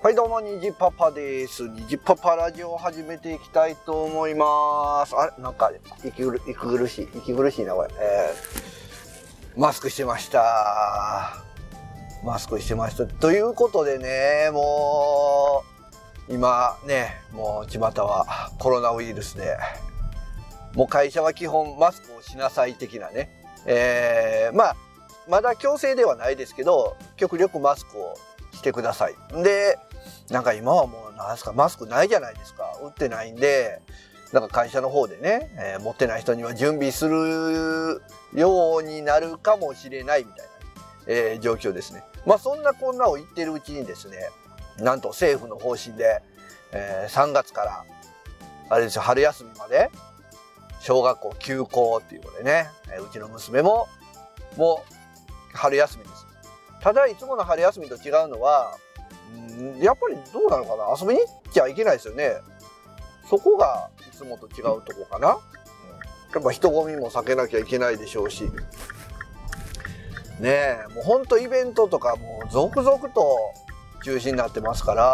はいどうも、にじパパです。にじパパラジオを始めていきたいと思います。あれなんか、息苦しいな、これ。マスクしてました。ということでね、もう、今ね、もう巷はコロナウイルスで、もう会社は基本マスクをしなさい的なね。まだ強制ではないですけど、極力マスクをしてください。で、なんか今はもうなんですか、マスクないじゃないですか。売ってないんで、なんか会社の方でね、持ってない人には準備するようになるかもしれないみたいな、状況ですね。まあそんなこんなを言ってるうちにですね、なんと政府の方針で、3月からあれですよ、春休みまで小学校休校っていうことでね、うちの娘ももう春休みです。ただいつもの春休みと違うのは、やっぱりどうなのかな、遊びに行っちゃいけないですよね。そこがいつもと違うとこかな。やっぱ人混みも避けなきゃいけないでしょうしねえ、もうほんとイベントとかもう続々と中止になってますから、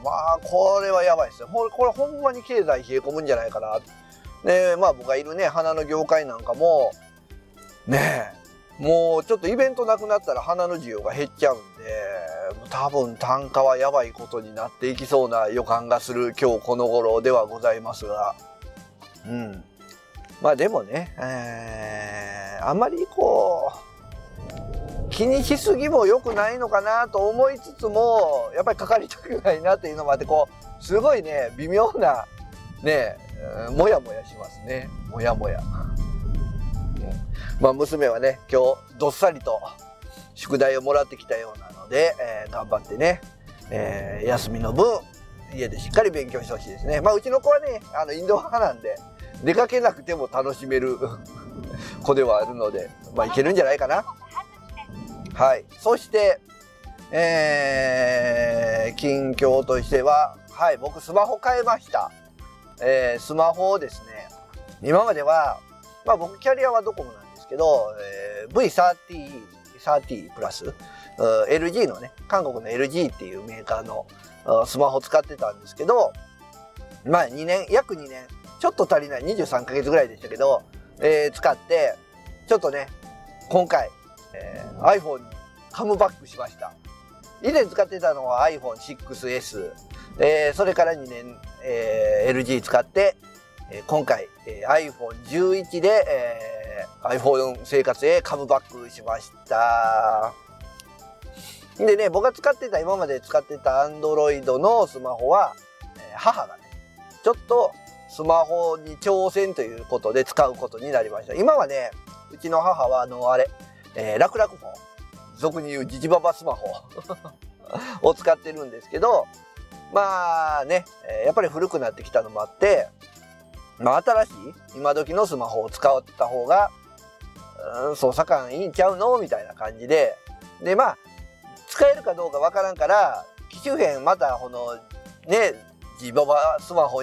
まあこれはやばいですよ。これほんまに経済冷え込むんじゃないかな。でまあ僕がいるね花の業界なんかもねえ、もうちょっとイベントなくなったら花の需要が減っちゃうんで、多分単価はやばいことになっていきそうな予感がする今日この頃ではございますが、まあでもね、あんまりこう気にしすぎも良くないのかなと思いつつも、やっぱりかかりたくないなっていうのもあって、こうすごいね微妙なね、もやもやしますね。もやもや。まあ娘はね今日どっさりと宿題をもらってきたようなので、頑張ってね、休みの分家でしっかり勉強してほしいですね。まあうちの子はねインドア派なんで出かけなくても楽しめる子ではあるので、まあいけるんじゃないかな。はい。そして、近況としては、はい、僕スマホ買いました。スマホをですね、今まではまあ僕キャリアはドコモなんですけど、V30 プラス LG のね、韓国の LG っていうメーカーのスマホ使ってたんですけど、まあ約2年ちょっと足りない23ヶ月ぐらいでしたけど、使ってちょっとね今回、iPhone にカムバックしました。以前使ってたのは iPhone6S、それから2年、LG 使って今回、iPhone11 で、iPhone 生活へカムバックしました。でね、僕が今まで使ってた Android のスマホは、母がね、ちょっとスマホに挑戦ということで使うことになりました。今はね、うちの母は楽々フォン、俗に言うジジババスマホを使ってるんですけど、まあね、やっぱり古くなってきたのもあって、まあ新しい今時のスマホを使った方が操作感いいんちゃうのみたいな感じで、まあ使えるかどうかわからんから、機種変またこのねジババスマホ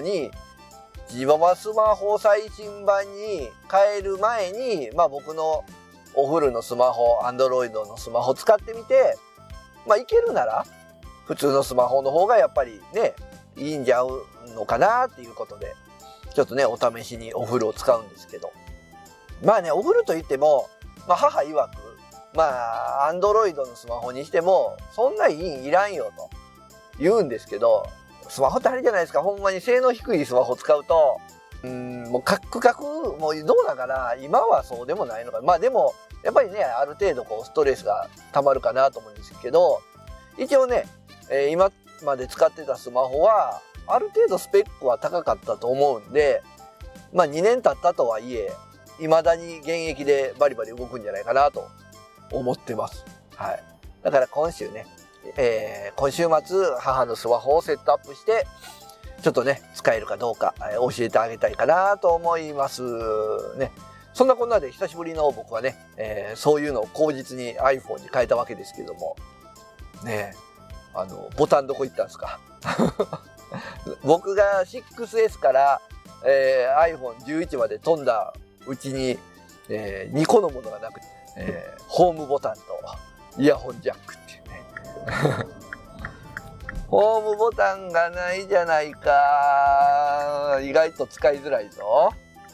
最新版に変える前に、まあ僕のおフルのスマホ、Android のスマホ使ってみて、まあいけるなら普通のスマホの方がやっぱりねいいんじゃうのかなっていうことで、ちょっとねお試しにおフルを使うんですけど、まあねおフルといっても、まあ母曰く、まあ Android のスマホにしてもそんないいんいらんよと言うんですけど、スマホってあれじゃないですか、ほんまに性能低いスマホ使うともうカクカク、もうどうだかな、今はそうでもないのか。まあでもやっぱりねある程度こうストレスがたまるかなと思うんですけど、一応ね、今まで使ってたスマホはある程度スペックは高かったと思うんで、まあ2年経ったとはいえ未だに現役でバリバリ動くんじゃないかなと思ってます。はい。だから今週ね、今週末母のスマホをセットアップしてちょっとね使えるかどうか、教えてあげたいかなと思いますね。そんなこんなで久しぶりの僕はね、そういうのを口実に iPhone に変えたわけですけどもね、ボタンどこ行ったんですか僕が 6S から、iPhone11 まで飛んだうちに、2個のものがなくて、ホームボタンとイヤホンジャックっていうねホームボタンがないじゃないか。意外と使いづらいぞ。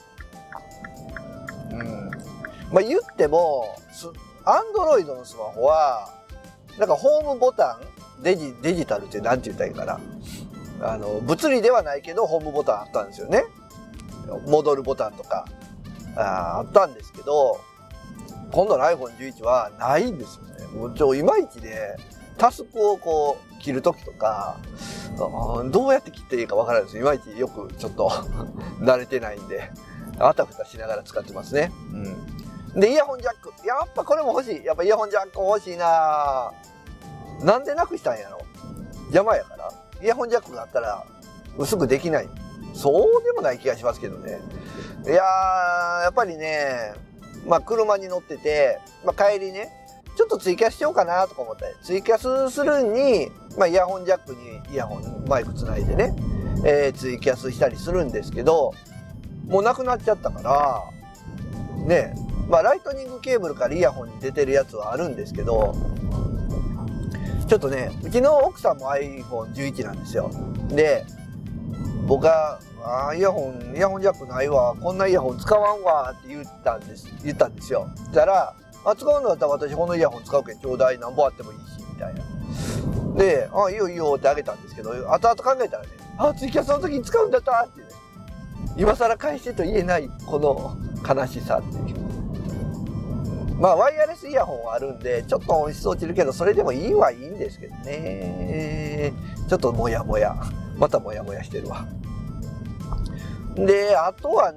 まあ言ってもAndroid のスマホはなんかホームボタンデジタルってなんて言ったらいいかな、物理ではないけどホームボタンあったんですよね。戻るボタンとかあったんですけど、今度の iPhone11 はないんですよね。もういまいちでタスクをこう切るときとかどうやって切っていいかわからないです。いまいちよくちょっと慣れてないんであたふたしながら使ってますね。でイヤホンジャック、やっぱこれも欲しい。やっぱイヤホンジャック欲しいな。なんでなくしたんやろ。邪魔やから。イヤホンジャックがあったら薄くできない。そうでもない気がしますけどね。いやーやっぱりね、まあ車に乗ってて、まあ、帰りねちょっとツイキャスしようかなとか思ってツイキャスするに、まあ、イヤホンジャックにイヤホンマイクつないでね、ツイキャスしたりするんですけど、もうなくなっちゃったからね。まあライトニングケーブルからイヤホンに出てるやつはあるんですけど、ちょっとねうちの奥さんも iPhone11 なんですよ。で僕がイヤホンジャックないわ、こんなイヤホン使わんわって言ったんですよ。そしたら使うんだったら私このイヤホン使うけんちょうだい、なんぼあってもいいしみたいな。でいいよいいよってあげたんですけど、後々考えたらねツイキャスの時に使うんだったってね、今更返してと言えないこの悲しさっていう。まあワイヤレスイヤホンはあるんでちょっと音質落ちるけどそれでもいいはいいんですけどね。ちょっとモヤモヤしてるわ。であとは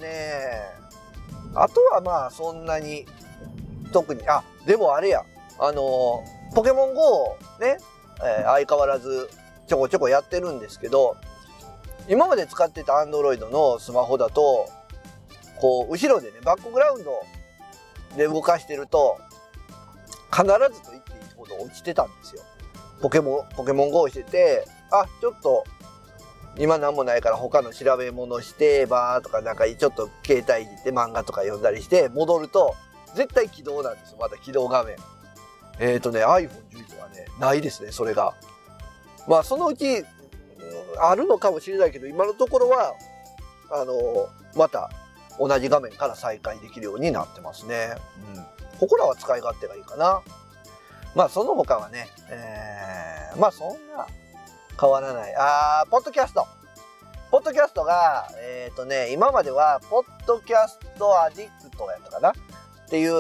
まあそんなに特にでもあれやポケモン GO ね、相変わらずちょこちょこやってるんですけど、今まで使ってた Android のスマホだとこう後ろでねバックグラウンドで動かしてると必ずと言っていいほど落ちてたんですよ。ポケモン GO しててちょっと今何もないから他の調べ物してバーとかなんかちょっと携帯いじって漫画とか読んだりして戻ると絶対起動なんですよ。また起動画面iPhone11 はねないですね。それがまあそのうちあるのかもしれないけど今のところはまた同じ画面から再開できるようになってますね。ここらは使い勝手がいいかな。まあその他はね、まあそんな変わらない。ポッドキャストが今まではポッドキャストアディクトやったかなっていう、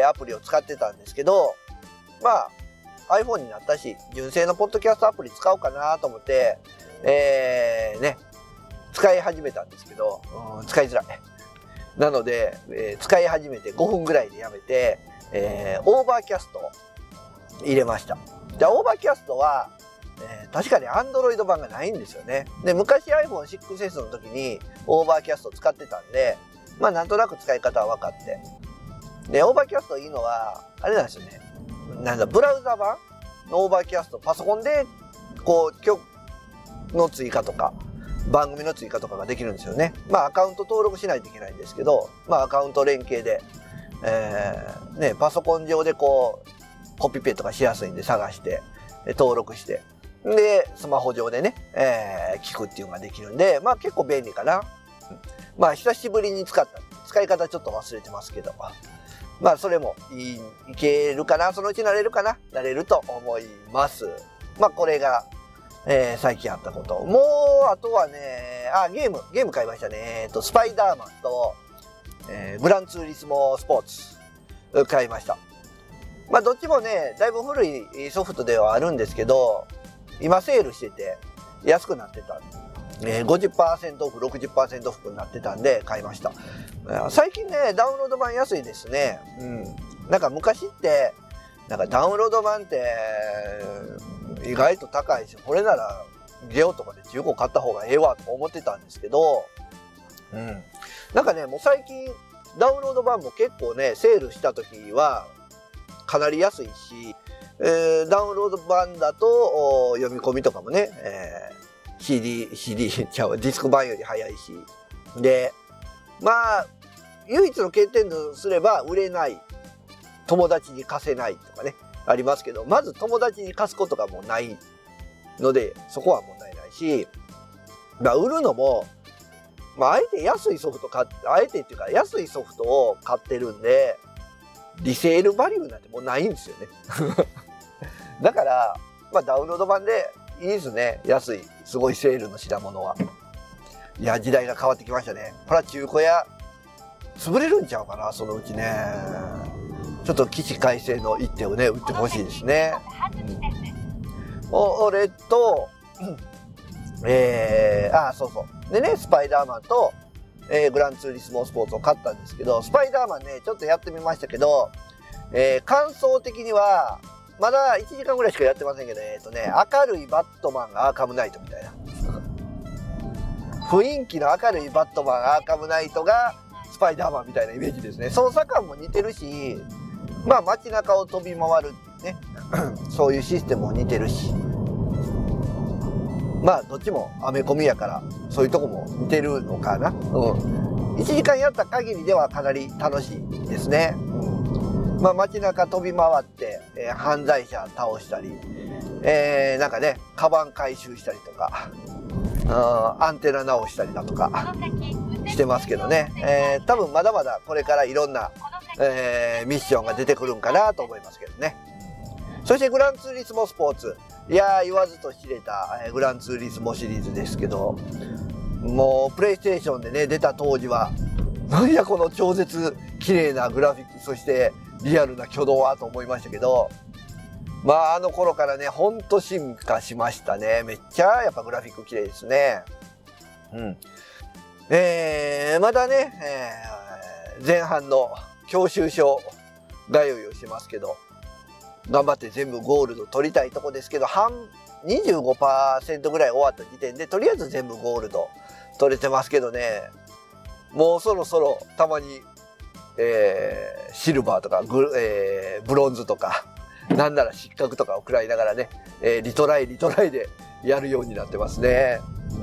アプリを使ってたんですけど、まあ iPhone になったし純正のポッドキャストアプリ使おうかなと思って使い始めたんですけど、使いづらい。なので、使い始めて5分ぐらいでやめて、オーバーキャストを入れました。でオーバーキャストは、確かに Android 版がないんですよね。で昔 iPhone6S の時にオーバーキャスト使ってたんで、まあなんとなく使い方は分かって。でオーバーキャストいいのはあれなんですよね。ブラウザ版のオーバーキャスト、パソコンでこう曲の追加とか番組の追加とかができるんですよね。まあアカウント登録しないといけないんですけど、まあアカウント連携で、パソコン上でこうコピペとかしやすいんで探して登録して、でスマホ上でね、聞くっていうのができるんで、まあ結構便利かな。まあ久しぶりに使い方ちょっと忘れてますけど、まあそれもいけるかな。そのうちなれると思います。まあこれが最近あったこと。もうあとはね、ゲーム買いましたね。スパイダーマンと、グランツーリスモスポーツ買いました。まあどっちもねだいぶ古いソフトではあるんですけど、今セールしてて安くなってた、50% オフ 60% オフになってたんで買いました。最近ねダウンロード版安いですね。なんか昔ってなんかダウンロード版って意外と高いし、これならゲオとかで10個買った方がええわと思ってたんですけど、なんかねもう最近ダウンロード版も結構ねセールした時はかなり安いし、ダウンロード版だと読み込みとかもね、CD ディスク版より早いし、でまあ唯一の欠点とすれば売れない、友達に貸せないとかねありますけど、まず友達に貸すことがもうないので、そこは問題ないし、売るのも、あえて安いソフトあえてっていうか安いソフトを買ってるんで、リセールバリューなんてもうないんですよね。だから、ダウンロード版でいいですね。安い、すごいセールの品物は。いや、時代が変わってきましたね。これは中古屋、潰れるんちゃうかな、そのうちね。ちょっと起死回生の一手をね、打ってほしいですね。俺と、そうそう。でね、スパイダーマンと、グランツーリスモスポーツを買ったんですけど、スパイダーマンね、ちょっとやってみましたけど、感想的には、まだ1時間ぐらいしかやってませんけど、明るいバットマンアーカムナイトみたいな。雰囲気の明るいバットマンアーカムナイトがスパイダーマンみたいなイメージですね。操作感も似てるし、街中を飛び回るっていうね、そういうシステムも似てるし。どっちもアメコミやから、そういうとこも似てるのかな。1時間やった限りではかなり楽しいですね。街中飛び回って、犯罪者倒したり、なんかね、カバン回収したりとか、アンテナ直したりだとかしてますけどね。多分まだまだこれからいろんな、ミッションが出てくるんかなと思いますけどね。そしてグランツーリスモスポーツ。いやー、言わずと知れた、グランツーリスモシリーズですけど、もうプレイステーションでね、出た当時は、なんやこの超絶綺麗なグラフィック、そしてリアルな挙動はと思いましたけど、あの頃からね、ほんと進化しましたね。めっちゃやっぱグラフィック綺麗ですね。まだね、前半の教習所通いをしてますけど、頑張って全部ゴールド取りたいとこですけど、25% ぐらい終わった時点で、とりあえず全部ゴールド取れてますけどね、もうそろそろたまに、シルバーとかブロンズとか、なんなら失格とかを食らいながらね、リトライでやるようになってますね。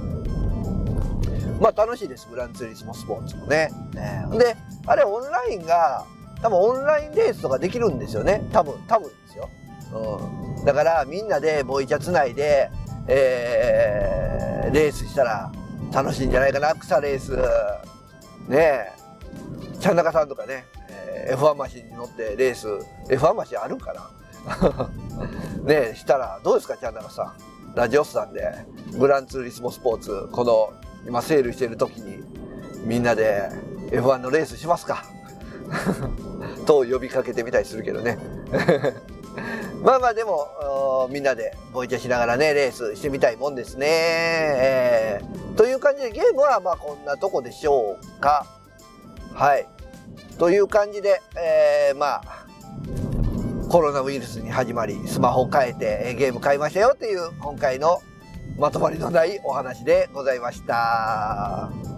楽しいです、グランツーリスモスポーツもね。で、あれオンラインが、多分オンラインレースとかできるんですよね。多分ですよ。だからみんなでボイチャつないで、レースしたら楽しいんじゃないかな。草レース。ねえ。ちゃんなかさんとかね、F1 マシンに乗ってレース、F1 マシンあるんかなねえ、したらどうですか、ちゃんなかさん。ラジオスさんでグランツーリスモスポーツ、この今セールしてる時にみんなで F1 のレースしますかと呼びかけてみたりするけどねでもみんなでボイチャしながらねレースしてみたいもんですね、という感じでゲームはこんなとこでしょうか。はいという感じで、コロナウイルスに始まりスマホ変えてゲーム買いましたよっていう今回のまとまりのないお話でございました。